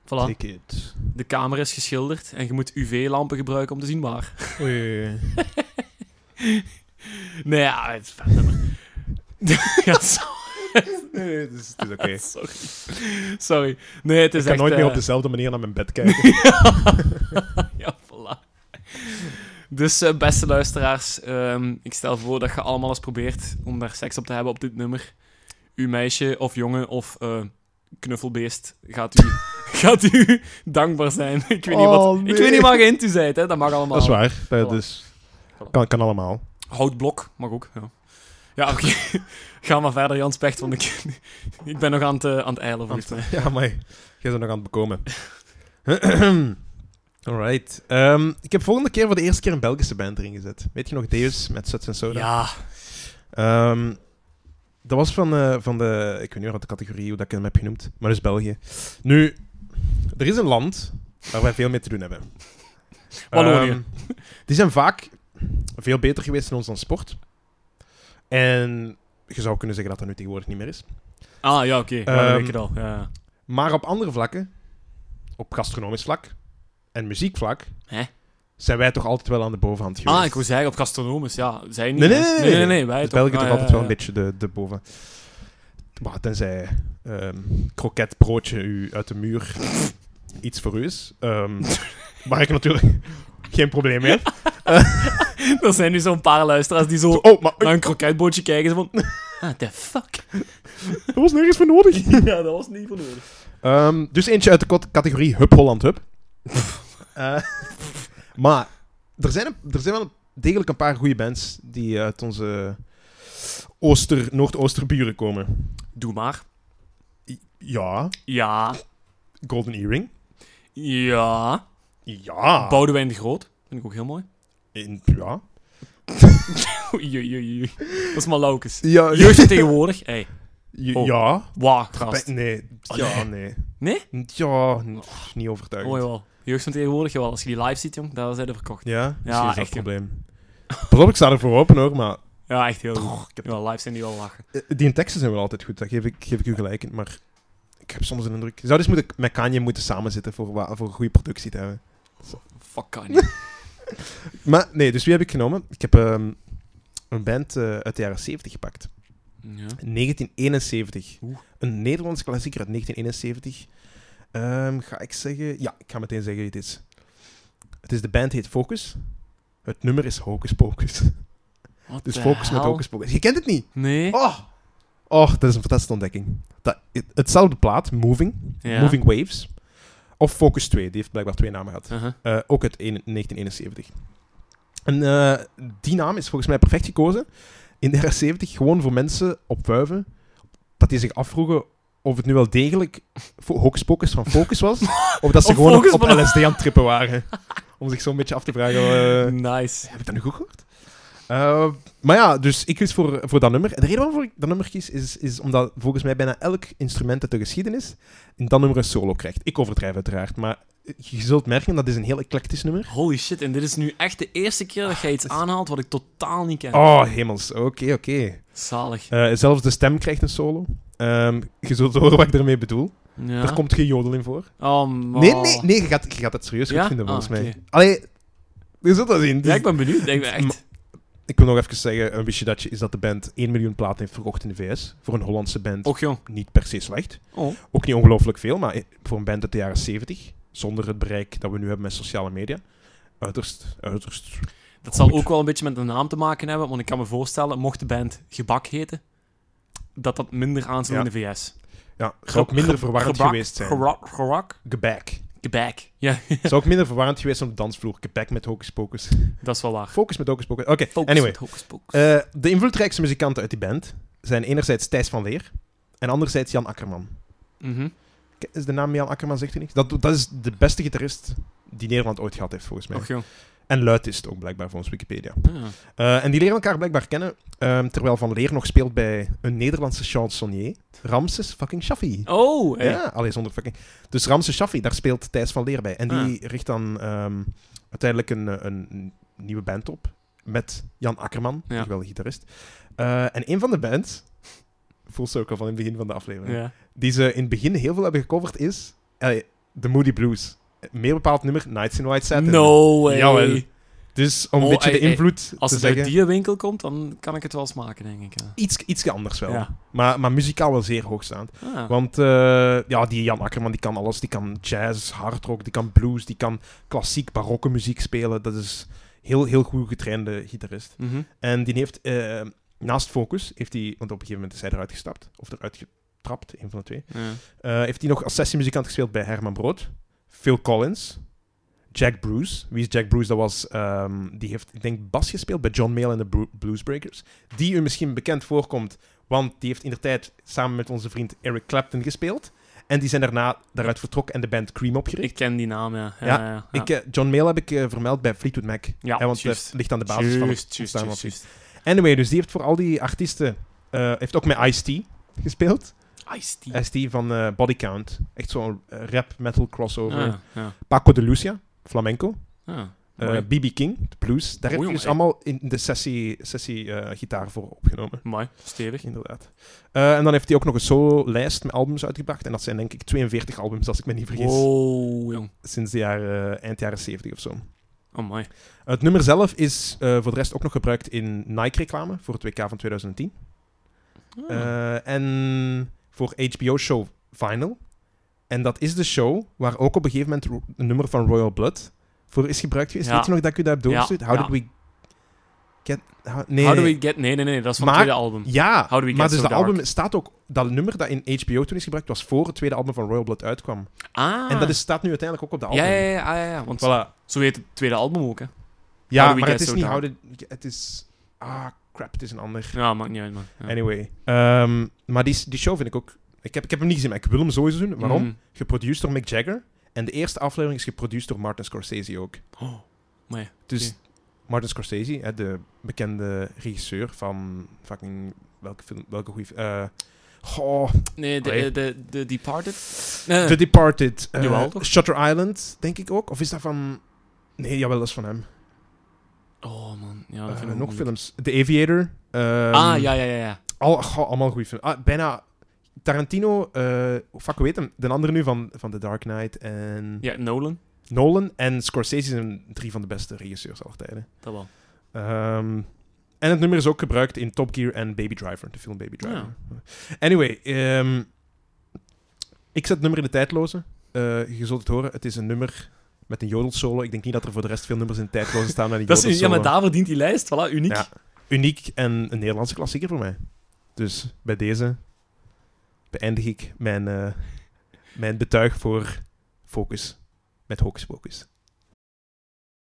Voilà. Take it. De kamer is geschilderd en je moet UV-lampen gebruiken om te zien waar. Oei. Nee, ja, het is vet nummer. Ja, Nee, het is oké. sorry. Nee, het is Ik kan echt... nooit meer op dezelfde manier naar mijn bed kijken. Ja, voilà. Dus beste luisteraars, ik stel voor dat je allemaal eens probeert om daar seks op te hebben op dit nummer. Uw meisje of jongen of knuffelbeest gaat u dankbaar zijn. Ik weet niet wat... Nee. Ik weet niet waar je into bent, hè. Dat mag allemaal. Dat is waar. Dat Voilà. is... Voilà. Kan allemaal. Houtblok mag ook, ja. Ja, oké. Ga maar verder, Jan Specht, want ik ben nog aan het eilen, volgens mij. Ja, maar jij bent nog aan het bekomen. Alright. Ik heb volgende keer voor de eerste keer een Belgische band erin gezet. Weet je nog, Deus met Suts en Soda? Ja. Dat was van de... Ik weet niet meer wat de categorie, hoe dat ik hem heb genoemd. Maar dus België. Nu, er is een land waar wij veel mee te doen hebben. Wallonië. Die zijn vaak veel beter geweest in ons dan sport. En je zou kunnen zeggen dat dat nu tegenwoordig niet meer is. Ah, ja, oké. Ja, dat weet ik het al. Ja. Maar op andere vlakken, op gastronomisch vlak en muziekvlak, Hè? zijn wij toch altijd wel aan de bovenhand geweest. Ah, ik wil zeggen, op gastronomisch, ja. Zij niet. Nee. Wij Dus toch. België toch altijd wel een beetje de boven. Maar tenzij kroketbroodje u uit de muur iets voor u is. Waar ik natuurlijk geen probleem mee heb. Er zijn nu zo'n paar luisteraars die zo Oh, maar naar een kroketbootje kijken. Zo van, the fuck? dat was nergens voor nodig. Ja, dat was niet voor nodig. Dus eentje uit de categorie Hup Holland Hup. Maar er zijn wel degelijk een paar goede bands die uit onze Noordoosterburen komen. Doe maar. Ja. Ja. Golden Earring. Ja. Ja. Boudewijn de Groot. Vind ik ook heel mooi. Ja. Oei. Dat is maar laukes. Ja. Jeugd van tegenwoordig. Hey. Oh. Ja. Wauw, gast. Nee. Ja, nee. Nee? Ja, niet overtuigend. Oh, jawel. Jeugd van tegenwoordig, jawel. Als je die live ziet, jong, daar zijn ze verkocht. Ja, Ja, misschien is dat echt, het probleem. Pas op, ik sta ervoor open hoor, maar Ja, echt heel goed. ik heb Ja, live zijn die wel lachen. die teksten zijn wel altijd goed, daar geef ik u gelijk in, maar ik heb soms een indruk... Je zou dus met Kanye moeten samenzitten voor een goede productie te hebben. Fuck, kan niet. Maar nee, dus wie heb ik genomen? Ik heb een band uit de jaren 70 gepakt. Ja. 1971. Oeh. Een Nederlands klassieker uit 1971. Ga ik zeggen... Ja, ik ga meteen zeggen wie het is. De band heet Focus. Het nummer is Hocus Pocus. What Dus the Focus met hell? Hocus Pocus. Je kent het niet? Nee. Oh, dat is een fantastische ontdekking. Hetzelfde plaat, Moving. Ja. Moving Waves. Of Focus 2, die heeft blijkbaar 2 namen gehad. Uh-huh. Ook uit 1971. En die naam is volgens mij perfect gekozen in de jaren 70, gewoon voor mensen op wuiven, dat die zich afvroegen of het nu wel degelijk Hocus Pocus van Focus was, of dat ze Of gewoon Focus op van- LSD aan het trippen waren. Om zich zo'n beetje af te vragen... Nice. Heb ik dat nu goed gehoord? Maar ja, dus ik kies voor dat nummer. En de reden waarom ik dat nummer kies, is omdat volgens mij bijna elk instrument uit de geschiedenis in dat nummer een solo krijgt. Ik overdrijf uiteraard, maar je zult merken, dat is een heel eclectisch nummer. Holy shit, en dit is nu echt de eerste keer dat jij iets aanhaalt wat ik totaal niet ken. Oh, hemels. Oké. Zalig. Zelfs de stem krijgt een solo. Je zult horen wat ik ermee bedoel. Ja. Er komt geen jodel in voor. Oh, man. Nee, je gaat het serieus Ja? goed vinden, volgens Ah, mij. oké. Allee, je zult dat zien. Ja, ik ben benieuwd. Ik ben echt... Ik wil nog even zeggen, een wist je is dat de band 1 miljoen platen heeft verkocht in de VS. Voor een Hollandse band Och, jong. niet per se slecht. Oh. Ook niet ongelooflijk veel, maar voor een band uit de jaren 70, zonder het bereik dat we nu hebben met sociale media, uiterst. Dat zal goed. ook wel een beetje met de naam te maken hebben, want ik kan me voorstellen, mocht de band Gebak heten, dat minder aanzien in de VS. Ja, zou ook minder verwarrend geweest zijn. Gebak? Gebak. Gebak. Ja, Zou ook minder verwarrend geweest zijn op de dansvloer. Gebak met Hocus Pocus. dat is wel waar. Focus met Hocus Pocus. Oké, Focus anyway. met Hocus Pocus. De invloedrijkste muzikanten uit die band zijn enerzijds Thijs van Leer en anderzijds Jan Akkerman. Mhm. Is de naam Jan Akkerman, zegt u niks? Dat is de beste gitarist die Nederland ooit gehad heeft, volgens mij. Och, jong. En luidist ook, blijkbaar, volgens Wikipedia. Ja. En die leren elkaar blijkbaar kennen, terwijl Van Leer nog speelt bij een Nederlandse chansonnier, Ramses fucking Shaffi. Oh, hey. Ja, alleen zonder fucking... Dus Ramses Shaffi, daar speelt Thijs van Leer bij. En die richt dan uiteindelijk een nieuwe band op, met Jan Akkerman, wel de gitarist. En een van de bands, full circle van in het begin van de aflevering, Ja. die ze in het begin heel veel hebben gecoverd, is The Moody Blues. Meer bepaald nummer, Nights in White Satin. No way. Jawel. Dus om een beetje de invloed als te het uit zeggen... die winkel komt, dan kan ik het wel eens maken, denk ik. Ja. Iets anders wel. Ja. Maar muzikaal wel zeer hoogstaand. Ah. Want die Jan Akkerman, die kan alles. Die kan jazz, hardrock, die kan blues, die kan klassiek, barokke muziek spelen. Dat is heel goed getrainde gitarist. Mhm. En die heeft, naast Focus, want op een gegeven moment is hij eruit gestapt. Of eruit getrapt, een van de twee. Ja. Heeft hij nog als sessiemuzikant gespeeld bij Herman Brood. Phil Collins. Jack Bruce. Wie is Jack Bruce? Dat was... die heeft, ik denk, bas gespeeld bij John Mayall en de Bluesbreakers. Die u misschien bekend voorkomt, want die heeft indertijd samen met onze vriend Eric Clapton gespeeld. En die zijn daaruit vertrokken en de band Cream opgericht. Ik ken die naam, ja. Ja. John Mayall heb ik vermeld bij Fleetwood Mac. Ja, want dat ligt aan de basis van het ontstaan van juist. Anyway, dus die heeft voor al die artiesten... heeft ook met Ice-T gespeeld. Ice-T. Ice-T van Body Count. Echt zo'n rap-metal crossover. Ja. Paco de Lucia, flamenco. Mooi. B.B. King, de blues. Daar heb je dus jongen, allemaal in de sessie gitaar voor opgenomen. Mooi, stevig. Inderdaad. En dan heeft hij ook nog een solo-lijst met albums uitgebracht. En dat zijn denk ik 42 albums, als ik me niet vergis. Wow, jong. Sinds eind jaren 70 of zo. Oh, mooi. Het nummer zelf is voor de rest ook nog gebruikt in Nike-reclame voor het WK van 2010. En voor HBO-show Vinyl. En dat is de show waar ook op een gegeven moment een nummer van Royal Blood voor is gebruikt geweest. Ja. Weet je nog dat ik u daar heb doorgestuurd? Ja. How did we get... How do we get... Nee, dat is van het tweede album. Ja, How do we maar get dus so dat dark? album staat ook... Dat nummer dat in HBO toen is gebruikt, was voor het tweede album van Royal Blood uitkwam. Ah. En dat staat nu uiteindelijk ook op de album. Ja. Want Voilà. zo heet het tweede album ook, hè. Ja, How do we maar get het is so niet dark? How did... Het is... Crap, het is een ander. Ja, maakt niet uit, man. Ja. Anyway. Maar die show vind ik ook... Ik heb hem niet gezien, maar ik wil hem sowieso doen. Waarom? Mm. Geproduceerd door Mick Jagger. En de eerste aflevering is geproduceerd door Martin Scorsese ook. Oh, mooi. Dus Oké. Martin Scorsese, de bekende regisseur van fucking... Welke goeie... Nee, Allee. de Departed? The Departed. Jawel, toch? Shutter Island, denk ik ook. Of is dat van... Nee, jawel, dat is van hem. Oh, man. Ja, dat vind ik Nog moeilijk. films. The Aviator. Ja. Allemaal goede films. Bijna... Tarantino... fuck, hoe heet hem? De andere nu van The Dark Knight en... Ja, Nolan. Nolan en Scorsese zijn 3 van de beste regisseurs aller tijden. Dat wel. En het nummer is ook gebruikt in Top Gear en Baby Driver, de film Baby Driver. Ja. Anyway, ik zet het nummer in de tijdloze. Je zult het horen, het is een nummer met een jodelsolo. Ik denk niet dat er voor de rest veel nummers in de tijdloze staan met een Dat is, jodelsolo. ja, maar daarvoor dient die lijst. Voilà, uniek. Ja, uniek en een Nederlandse klassieker voor mij. Dus bij deze beëindig ik mijn betuig voor Focus met Hocus Pocus.